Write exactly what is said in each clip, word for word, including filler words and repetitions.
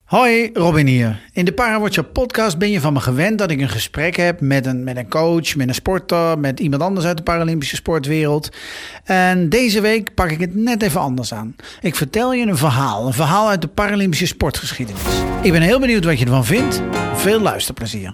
Hoi, Robin hier. In de ParaWatcher podcast ben je van me gewend dat ik een gesprek heb met een, met een coach, met een sporter, met iemand anders uit de Paralympische sportwereld. En deze week pak ik het net even anders aan. Ik vertel je een verhaal, een verhaal uit de Paralympische sportgeschiedenis. Ik ben heel benieuwd wat je ervan vindt. Veel luisterplezier.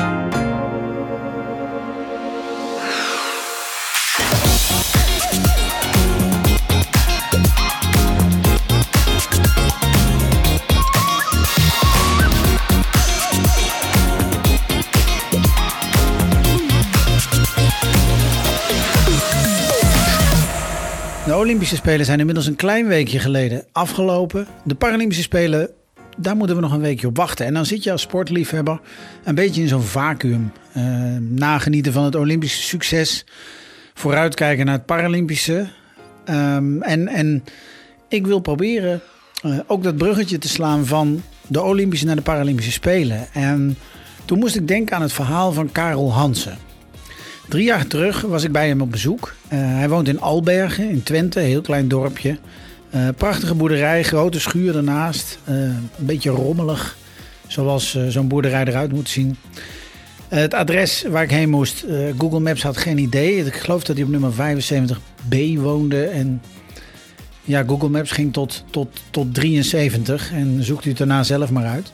De Olympische Spelen zijn inmiddels een klein weekje geleden afgelopen. De Paralympische Spelen, daar moeten we nog een weekje op wachten. En dan zit je als sportliefhebber een beetje in zo'n vacuüm. Uh, nagenieten van het Olympische succes. Vooruitkijken naar het Paralympische. Um, en, en ik wil proberen uh, ook dat bruggetje te slaan van de Olympische naar de Paralympische Spelen. En toen moest ik denken aan het verhaal van Karel Hansen. Drie jaar terug was ik bij hem op bezoek. Uh, hij woont in Albergen in Twente, een heel klein dorpje. Uh, prachtige boerderij, grote schuur ernaast. Uh, een beetje rommelig, zoals uh, zo'n boerderij eruit moet zien. Uh, het adres waar ik heen moest, uh, Google Maps had geen idee. Ik geloof dat hij op nummer vijfenzeventig B woonde. En ja, Google Maps ging tot, tot, tot drieënzeventig en zoekt u het daarna zelf maar uit.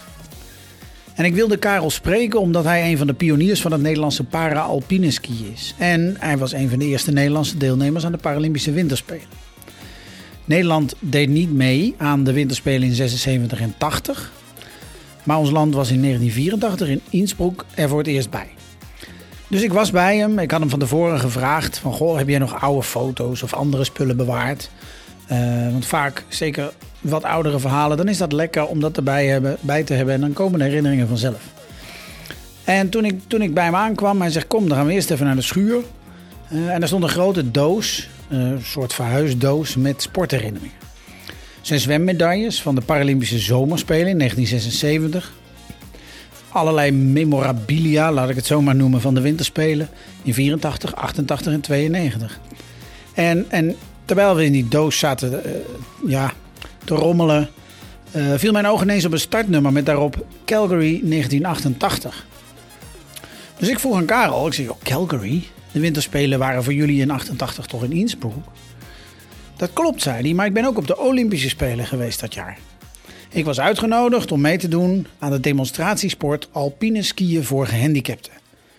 En ik wilde Karel spreken omdat hij een van de pioniers van het Nederlandse para-alpine skiën is. En hij was een van de eerste Nederlandse deelnemers aan de Paralympische Winterspelen. Nederland deed niet mee aan de Winterspelen in zesenzeventig en tachtig. Maar ons land was in negentien vierentachtig in Innsbruck er voor het eerst bij. Dus ik was bij hem. Ik had hem van tevoren gevraagd van, goh, heb jij nog oude foto's of andere spullen bewaard? Uh, want vaak, zeker wat oudere verhalen, dan is dat lekker om dat erbij hebben, bij te hebben. En dan komen de herinneringen vanzelf. En toen ik, toen ik bij hem aankwam, hij zegt, kom, dan gaan we eerst even naar de schuur. Uh, en daar stond een grote doos, uh, een soort verhuisdoos met sportherinneringen. Zijn zwemmedailles van de Paralympische Zomerspelen in negentien zesenzeventig. Allerlei memorabilia, laat ik het zo maar noemen, van de Winterspelen in vierentachtig, achtentachtig en tweeënnegentig. En, en terwijl we in die doos zaten uh, ja, te rommelen, uh, viel mijn oog ineens op een startnummer met daarop Calgary negentien achtentachtig. Dus ik vroeg aan Karel, ik zeg, oh, Calgary? De Winterspelen waren voor jullie in achtentachtig toch in Innsbruck? Dat klopt, zei hij, maar ik ben ook op de Olympische Spelen geweest dat jaar. Ik was uitgenodigd om mee te doen aan de demonstratiesport alpine skiën voor gehandicapten.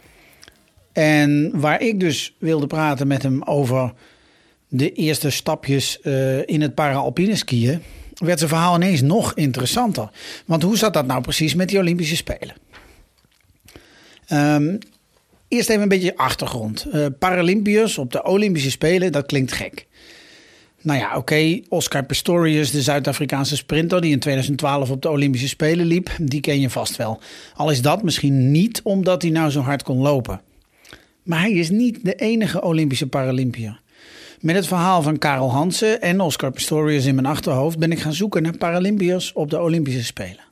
En waar ik dus wilde praten met hem over de eerste stapjes uh, in het para-alpine skiën, werd zijn verhaal ineens nog interessanter. Want hoe zat dat nou precies met die Olympische Spelen? Um, eerst even een beetje achtergrond. Uh, Paralympiërs op de Olympische Spelen, dat klinkt gek. Nou ja, oké, okay, Oscar Pistorius, de Zuid-Afrikaanse sprinter die in tweeduizend twaalf op de Olympische Spelen liep, die ken je vast wel. Al is dat misschien niet omdat hij nou zo hard kon lopen. Maar hij is niet de enige Olympische Paralympiër. Met het verhaal van Karel Hansen en Oscar Pistorius in mijn achterhoofd ben ik gaan zoeken naar Paralympiërs op de Olympische Spelen.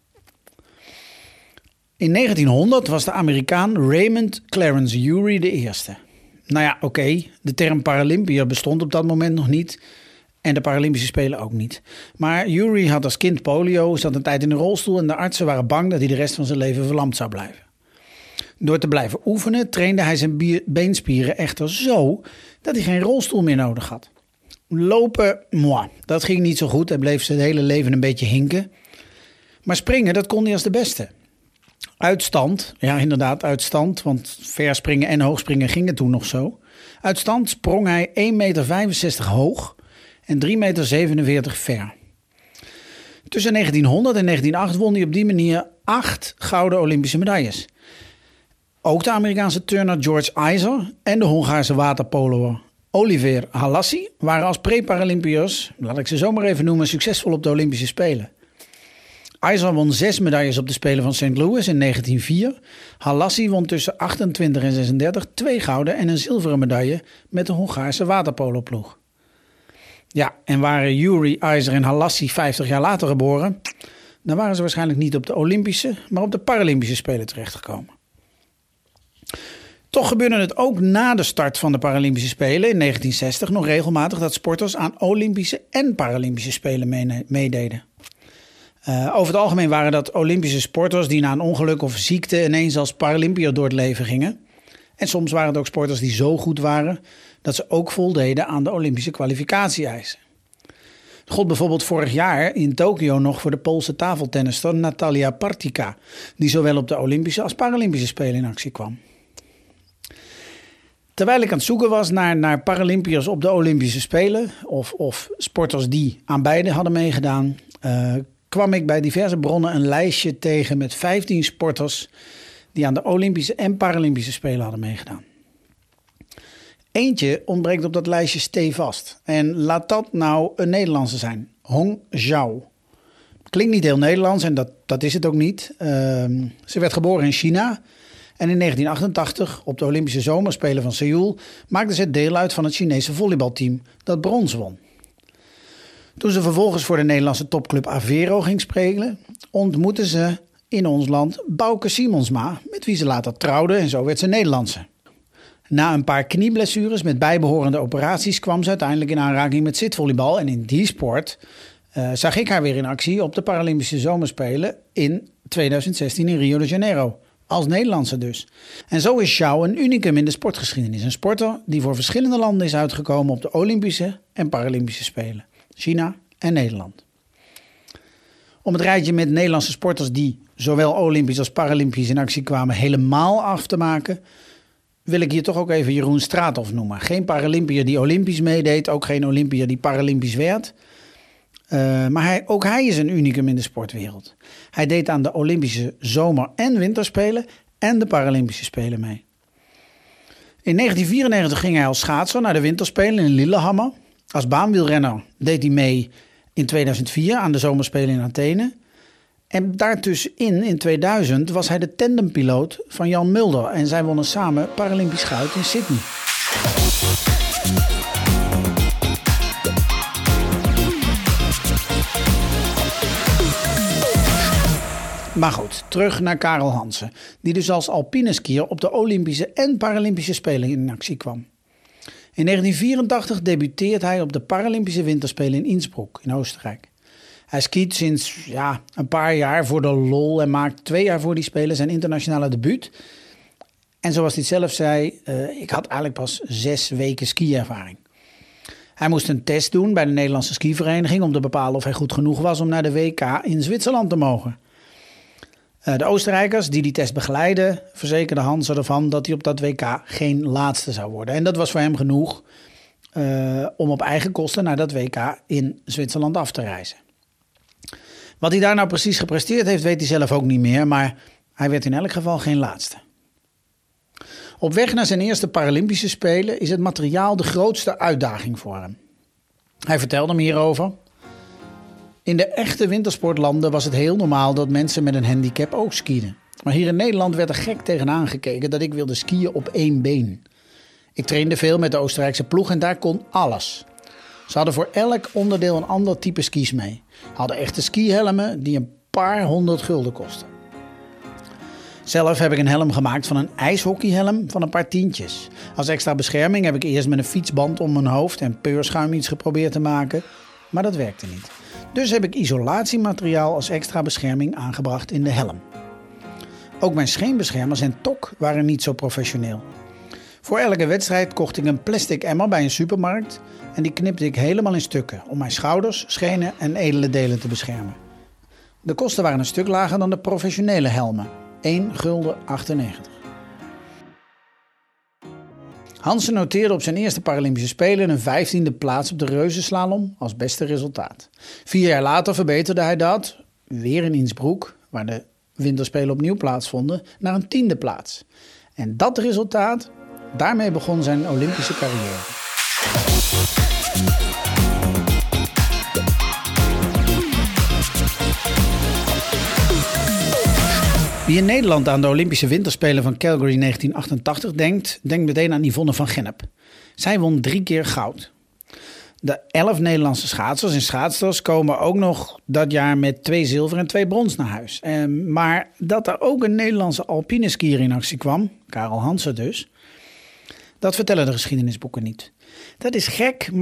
In negentienhonderd was de Amerikaan Raymond Clarence Urey de eerste. Nou ja, oké, okay, de term Paralympiër bestond op dat moment nog niet en de Paralympische Spelen ook niet. Maar Urey had als kind polio, zat een tijd in een rolstoel en de artsen waren bang dat hij de rest van zijn leven verlamd zou blijven. Door te blijven oefenen trainde hij zijn beenspieren echter zo dat hij geen rolstoel meer nodig had. Lopen, moi, dat ging niet zo goed. Hij bleef zijn hele leven een beetje hinken. Maar springen, dat kon hij als de beste. Uitstand, ja inderdaad uitstand, want verspringen en hoogspringen gingen toen nog zo. Uitstand sprong hij één komma vijfenzestig meter hoog en drie komma zevenenveertig meter ver. Tussen negentienhonderd en negentienhonderdacht won hij op die manier acht gouden Olympische medailles. Ook de Amerikaanse turner George Iser en de Hongaarse waterpoloer Oliver Halassi waren als pre-Paralympiërs, laat ik ze zo maar even noemen, succesvol op de Olympische Spelen. Iser won zes medailles op de Spelen van Saint Louis in negentien nul vier. Halassi won tussen achtentwintig en zesendertig twee gouden en een zilveren medaille met de Hongaarse waterpoloploeg. Ja, en waren Urey, Iser en Halassi vijftig jaar later geboren, dan waren ze waarschijnlijk niet op de Olympische, maar op de Paralympische Spelen terechtgekomen. Toch gebeurde het ook na de start van de Paralympische Spelen in negentien zestig nog regelmatig dat sporters aan Olympische en Paralympische Spelen meededen. Uh, over het algemeen waren dat Olympische sporters die na een ongeluk of ziekte ineens als Paralympiër door het leven gingen. En soms waren het ook sporters die zo goed waren dat ze ook voldeden aan de Olympische kwalificatie-eisen. Het gold bijvoorbeeld vorig jaar in Tokio nog voor de Poolse tafeltennister Natalia Partyka, die zowel op de Olympische als Paralympische Spelen in actie kwam. Terwijl ik aan het zoeken was naar, naar Paralympiërs op de Olympische Spelen of, of sporters die aan beide hadden meegedaan, uh, kwam ik bij diverse bronnen een lijstje tegen met vijftien sporters die aan de Olympische en Paralympische Spelen hadden meegedaan. Eentje ontbreekt op dat lijstje stevast. En laat dat nou een Nederlandse zijn. Hong Zhao. Klinkt niet heel Nederlands en dat, dat is het ook niet. Uh, ze werd geboren in China. En in negentien achtentachtig, op de Olympische Zomerspelen van Seoul, maakte ze deel uit van het Chinese volleybalteam dat brons won. Toen ze vervolgens voor de Nederlandse topclub Avero ging spelen, ontmoette ze in ons land Bouke Siemonsma, met wie ze later trouwde en zo werd ze Nederlandse. Na een paar knieblessures met bijbehorende operaties kwam ze uiteindelijk in aanraking met zitvolleybal. En in die sport uh, zag ik haar weer in actie op de Paralympische Zomerspelen in tweeduizend zestien in Rio de Janeiro. Als Nederlandse dus. En zo is Zhao een unicum in de sportgeschiedenis. Een sporter die voor verschillende landen is uitgekomen op de Olympische en Paralympische Spelen. China en Nederland. Om het rijtje met Nederlandse sporters die zowel Olympisch als Paralympisch in actie kwamen helemaal af te maken, wil ik hier toch ook even Jeroen Straathof noemen. Geen Paralympiër die Olympisch meedeed, ook geen Olympiër die Paralympisch werd. Uh, maar hij, ook hij is een unicum in de sportwereld. Hij deed aan de Olympische Zomer- en Winterspelen en de Paralympische Spelen mee. In negentien vierennegentig ging hij als schaatser naar de Winterspelen in Lillehammer. Als baanwielrenner deed hij mee in tweeduizend vier aan de Zomerspelen in Athene. En daartussenin, in tweeduizend, was hij de tandempiloot van Jan Mulder. En zij wonnen samen Paralympisch goud in Sydney. Maar goed, terug naar Karel Hansen, die dus als alpineskier op de Olympische en Paralympische Spelen in actie kwam. In negentien vierentachtig debuteert hij op de Paralympische Winterspelen in Innsbruck in Oostenrijk. Hij skiet sinds ja, een paar jaar voor de lol en maakt twee jaar voor die Spelen zijn internationale debuut. En zoals hij zelf zei, uh, ik had eigenlijk pas zes weken skiervaring. Hij moest een test doen bij de Nederlandse skivereniging om te bepalen of hij goed genoeg was om naar de W K in Zwitserland te mogen. Uh, de Oostenrijkers die die test begeleiden verzekerden Hansen ervan dat hij op dat W K geen laatste zou worden. En dat was voor hem genoeg uh, om op eigen kosten naar dat W K in Zwitserland af te reizen. Wat hij daar nou precies gepresteerd heeft, weet hij zelf ook niet meer, maar hij werd in elk geval geen laatste. Op weg naar zijn eerste Paralympische Spelen is het materiaal de grootste uitdaging voor hem. Hij vertelde me hierover. In de echte wintersportlanden was het heel normaal dat mensen met een handicap ook skieden. Maar hier in Nederland werd er gek tegenaan gekeken dat ik wilde skiën op één been. Ik trainde veel met de Oostenrijkse ploeg en daar kon alles. Ze hadden voor elk onderdeel een ander type skis mee. Hadden echte skihelmen die een paar honderd gulden kosten. Zelf heb ik een helm gemaakt van een ijshockeyhelm van een paar tientjes. Als extra bescherming heb ik eerst met een fietsband om mijn hoofd en peurschuim iets geprobeerd te maken. Maar dat werkte niet. Dus heb ik isolatiemateriaal als extra bescherming aangebracht in de helm. Ook mijn scheenbeschermers en tok waren niet zo professioneel. Voor elke wedstrijd kocht ik een plastic emmer bij een supermarkt en die knipte ik helemaal in stukken om mijn schouders, schenen en edele delen te beschermen. De kosten waren een stuk lager dan de professionele helmen. één gulden achtennegentig. Hansen noteerde op zijn eerste Paralympische Spelen een vijftiende plaats op de reuzenslalom als beste resultaat. Vier jaar later verbeterde hij dat, weer in Innsbruck, waar de winterspelen opnieuw plaatsvonden, naar een tiende plaats. En dat resultaat, daarmee begon zijn Olympische carrière. Wie in Nederland aan de Olympische Winterspelen van Calgary negentien achtentachtig denkt, denkt meteen aan Yvonne van Gennep. Zij won drie keer goud. De elf Nederlandse schaatsers en schaatsters komen ook nog dat jaar met twee zilver en twee brons naar huis. Eh, maar dat er ook een Nederlandse alpineskier in actie kwam, Karel Hansen dus, dat vertellen de geschiedenisboeken niet. Dat is gek, maar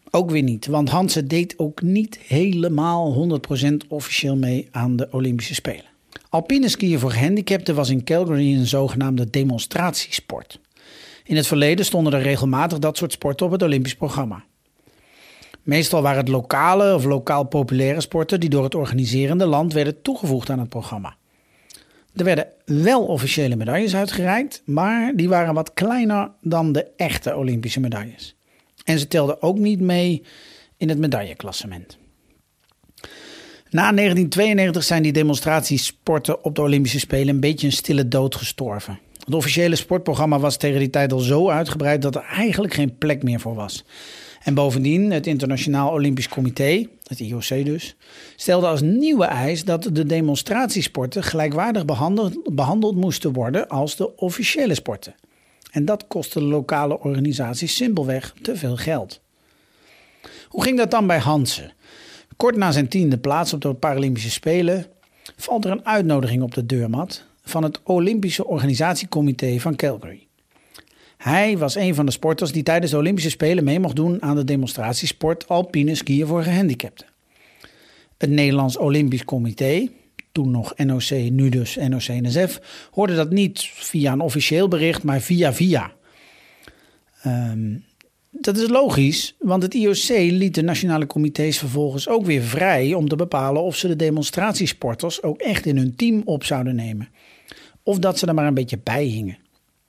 Ook weer niet, want Hansen deed ook niet helemaal honderd procent officieel mee aan de Olympische Spelen. Alpine skiën voor gehandicapten was in Calgary een zogenaamde demonstratiesport. In het verleden stonden er regelmatig dat soort sporten op het Olympisch programma. Meestal waren het lokale of lokaal populaire sporten die door het organiserende land werden toegevoegd aan het programma. Er werden wel officiële medailles uitgereikt, maar die waren wat kleiner dan de echte Olympische medailles. En ze telden ook niet mee in het medailleklassement. Na negentien tweeënnegentig zijn die demonstratiesporten op de Olympische Spelen een beetje een stille dood gestorven. Het officiële sportprogramma was tegen die tijd al zo uitgebreid dat er eigenlijk geen plek meer voor was. En bovendien, het Internationaal Olympisch Comité, het I O C dus, stelde als nieuwe eis dat de demonstratiesporten gelijkwaardig behandeld, behandeld moesten worden als de officiële sporten. En dat kostte de lokale organisaties simpelweg te veel geld. Hoe ging dat dan bij Hansen? Kort na zijn tiende plaats op de Paralympische Spelen valt er een uitnodiging op de deurmat van het Olympische Organisatiecomité van Calgary. Hij was een van de sporters die tijdens de Olympische Spelen mee mocht doen aan de demonstratiesport alpine skiën voor gehandicapten. Het Nederlands Olympisch Comité, toen nog N O C, nu dus N O C N S F, hoorde dat niet via een officieel bericht, maar via via. Um, dat is logisch, want het I O C liet de nationale comité's vervolgens ook weer vrij om te bepalen of ze de demonstratiesporters ook echt in hun team op zouden nemen. Of dat ze er maar een beetje bij hingen.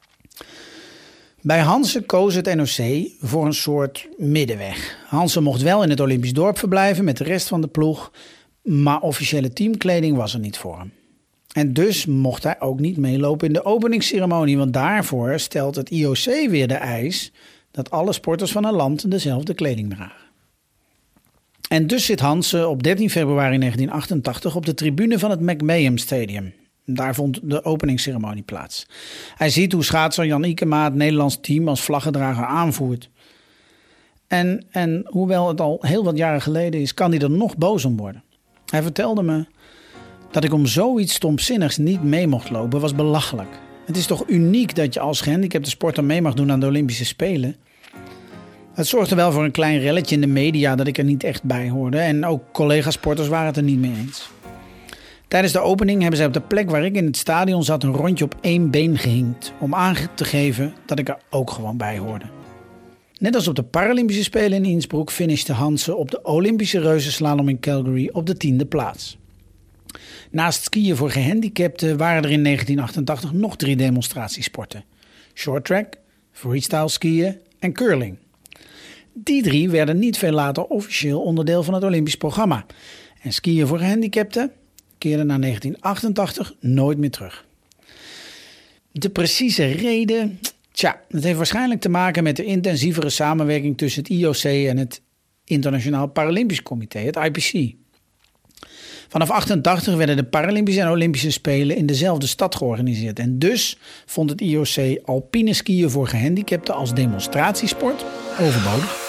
Bij Hansen koos het N O C voor een soort middenweg. Hansen mocht wel in het Olympisch dorp verblijven met de rest van de ploeg, maar officiële teamkleding was er niet voor hem. En dus mocht hij ook niet meelopen in de openingsceremonie, want daarvoor stelt het I O C weer de eis dat alle sporters van een land dezelfde kleding dragen. En dus zit Hansen op dertien februari negentien achtentachtig op de tribune van het McMahon Stadium. Daar vond de openingsceremonie plaats. Hij ziet hoe schaatser Jan Ikema het Nederlands team als vlaggedrager aanvoert. En, en hoewel het al heel wat jaren geleden is, kan hij er nog boos om worden. Hij vertelde me dat ik om zoiets stomzinnigs niet mee mocht lopen, was belachelijk. Het is toch uniek dat je als gehandicapte sporter mee mag doen aan de Olympische Spelen. Het zorgde wel voor een klein relletje in de media dat ik er niet echt bij hoorde. En ook collega-sporters waren het er niet mee eens. Tijdens de opening hebben zij op de plek waar ik in het stadion zat een rondje op één been gehinkt, om aan te geven dat ik er ook gewoon bij hoorde. Net als op de Paralympische Spelen in Innsbruck finishte Hansen op de Olympische reuzenslalom in Calgary op de tiende plaats. Naast skiën voor gehandicapten waren er in negentien achtentachtig nog drie demonstratiesporten: shorttrack, freestyle skiën en curling. Die drie werden niet veel later officieel onderdeel van het Olympisch programma. En skiën voor gehandicapten keerde na negentien achtentachtig nooit meer terug. De precieze reden, tja, het heeft waarschijnlijk te maken met de intensievere samenwerking tussen het I O C en het Internationaal Paralympisch Comité, het I P C. Vanaf achtentachtig werden de Paralympische en Olympische Spelen in dezelfde stad georganiseerd. En dus vond het I O C alpine skiën voor gehandicapten als demonstratiesport overbodig.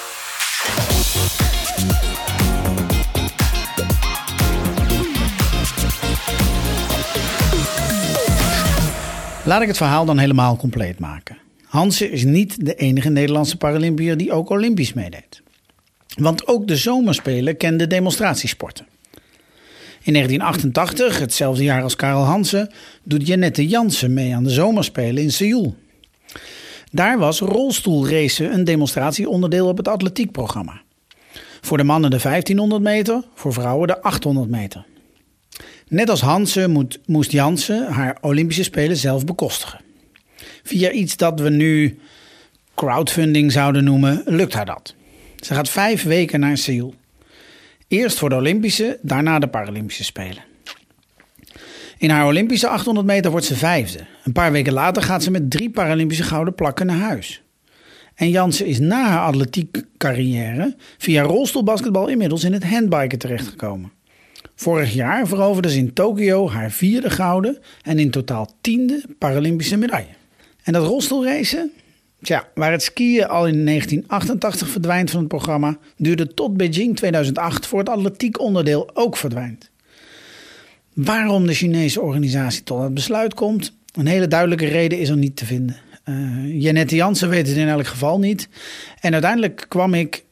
Laat ik het verhaal dan helemaal compleet maken. Hansen is niet de enige Nederlandse Paralympiër die ook Olympisch meedeed. Want ook de zomerspelen kenden demonstratiesporten. In negentien achtentachtig, hetzelfde jaar als Karel Hansen, doet Jeannette Jansen mee aan de zomerspelen in Seoul. Daar was rolstoelracen een demonstratieonderdeel op het atletiekprogramma. Voor de mannen de vijftienhonderd meter, voor vrouwen de achthonderd meter. Net als Hansen moet, moest Jansen haar Olympische Spelen zelf bekostigen. Via iets dat we nu crowdfunding zouden noemen, lukt haar dat. Ze gaat vijf weken naar Seoul. Eerst voor de Olympische, daarna de Paralympische Spelen. In haar Olympische achthonderd meter wordt ze vijfde. Een paar weken later gaat ze met drie Paralympische gouden plakken naar huis. En Jansen is na haar atletiekcarrière via rolstoelbasketbal inmiddels in het handbiken terechtgekomen. Vorig jaar veroverde ze in Tokio haar vierde gouden en in totaal tiende Paralympische medaille. En dat rolstoelracen, tja, waar het skiën al in negentien achtentachtig verdwijnt van het programma, duurde tot Beijing tweeduizend acht voor het atletiekonderdeel ook verdwijnt. Waarom de Chinese organisatie tot dat besluit komt, een hele duidelijke reden is er niet te vinden. Uh, Jeannette Jansen weet het in elk geval niet. En uiteindelijk kwam ik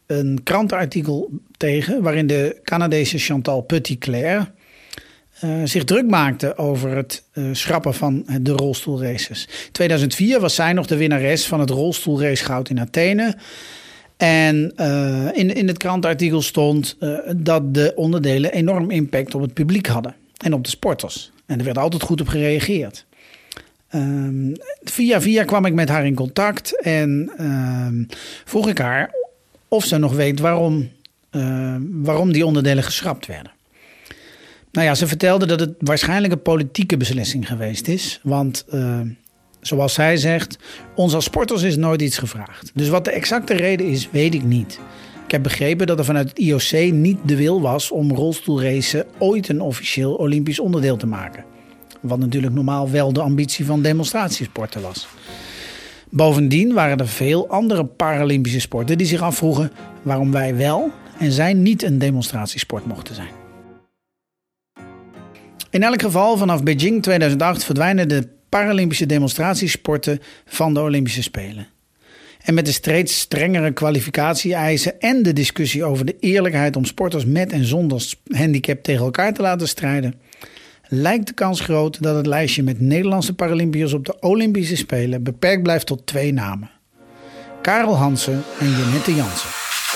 een krantenartikel tegen waarin de Canadese Chantal Petitclerc uh, zich druk maakte over het uh, schrappen van de rolstoelraces. In tweeduizend vier was zij nog de winnares van het rolstoelracegoud in Athene. En uh, in, in het krantenartikel stond uh, dat de onderdelen enorm impact op het publiek hadden en op de sporters. En er werd altijd goed op gereageerd. Um, via via kwam ik met haar in contact en um, vroeg ik haar of ze nog weet waarom, uh, waarom die onderdelen geschrapt werden. Nou ja, ze vertelde dat het waarschijnlijk een politieke beslissing geweest is. Want uh, zoals zij zegt, ons als sporters is nooit iets gevraagd. Dus wat de exacte reden is, weet ik niet. Ik heb begrepen dat er vanuit het I O C niet de wil was om rolstoelracen ooit een officieel Olympisch onderdeel te maken. Wat natuurlijk normaal wel de ambitie van demonstratiesporten was. Bovendien waren er veel andere Paralympische sporten die zich afvroegen waarom wij wel en zij niet een demonstratiesport mochten zijn. In elk geval, vanaf Beijing tweeduizend acht verdwijnen de Paralympische demonstratiesporten van de Olympische Spelen. En met de steeds strengere kwalificatie-eisen en de discussie over de eerlijkheid om sporters met en zonder handicap tegen elkaar te laten strijden, lijkt de kans groot dat het lijstje met Nederlandse Paralympiërs op de Olympische Spelen beperkt blijft tot twee namen. Karel Hansen en Jeannette Jansen.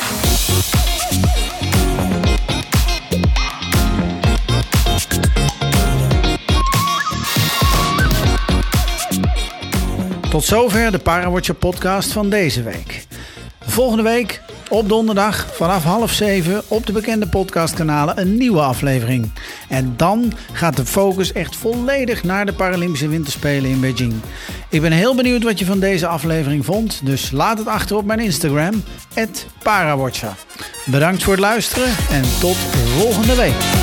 Tot zover de Parawatcher podcast van deze week. Volgende week op donderdag vanaf half zeven op de bekende podcastkanalen een nieuwe aflevering. En dan gaat de focus echt volledig naar de Paralympische Winterspelen in Beijing. Ik ben heel benieuwd wat je van deze aflevering vond. Dus laat het achter op mijn Instagram, at Parawatcher. Bedankt voor het luisteren en tot volgende week.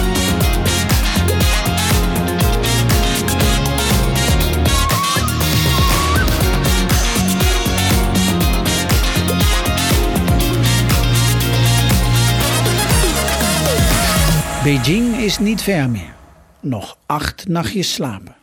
Beijing is niet ver meer. Nog acht nachtjes slapen.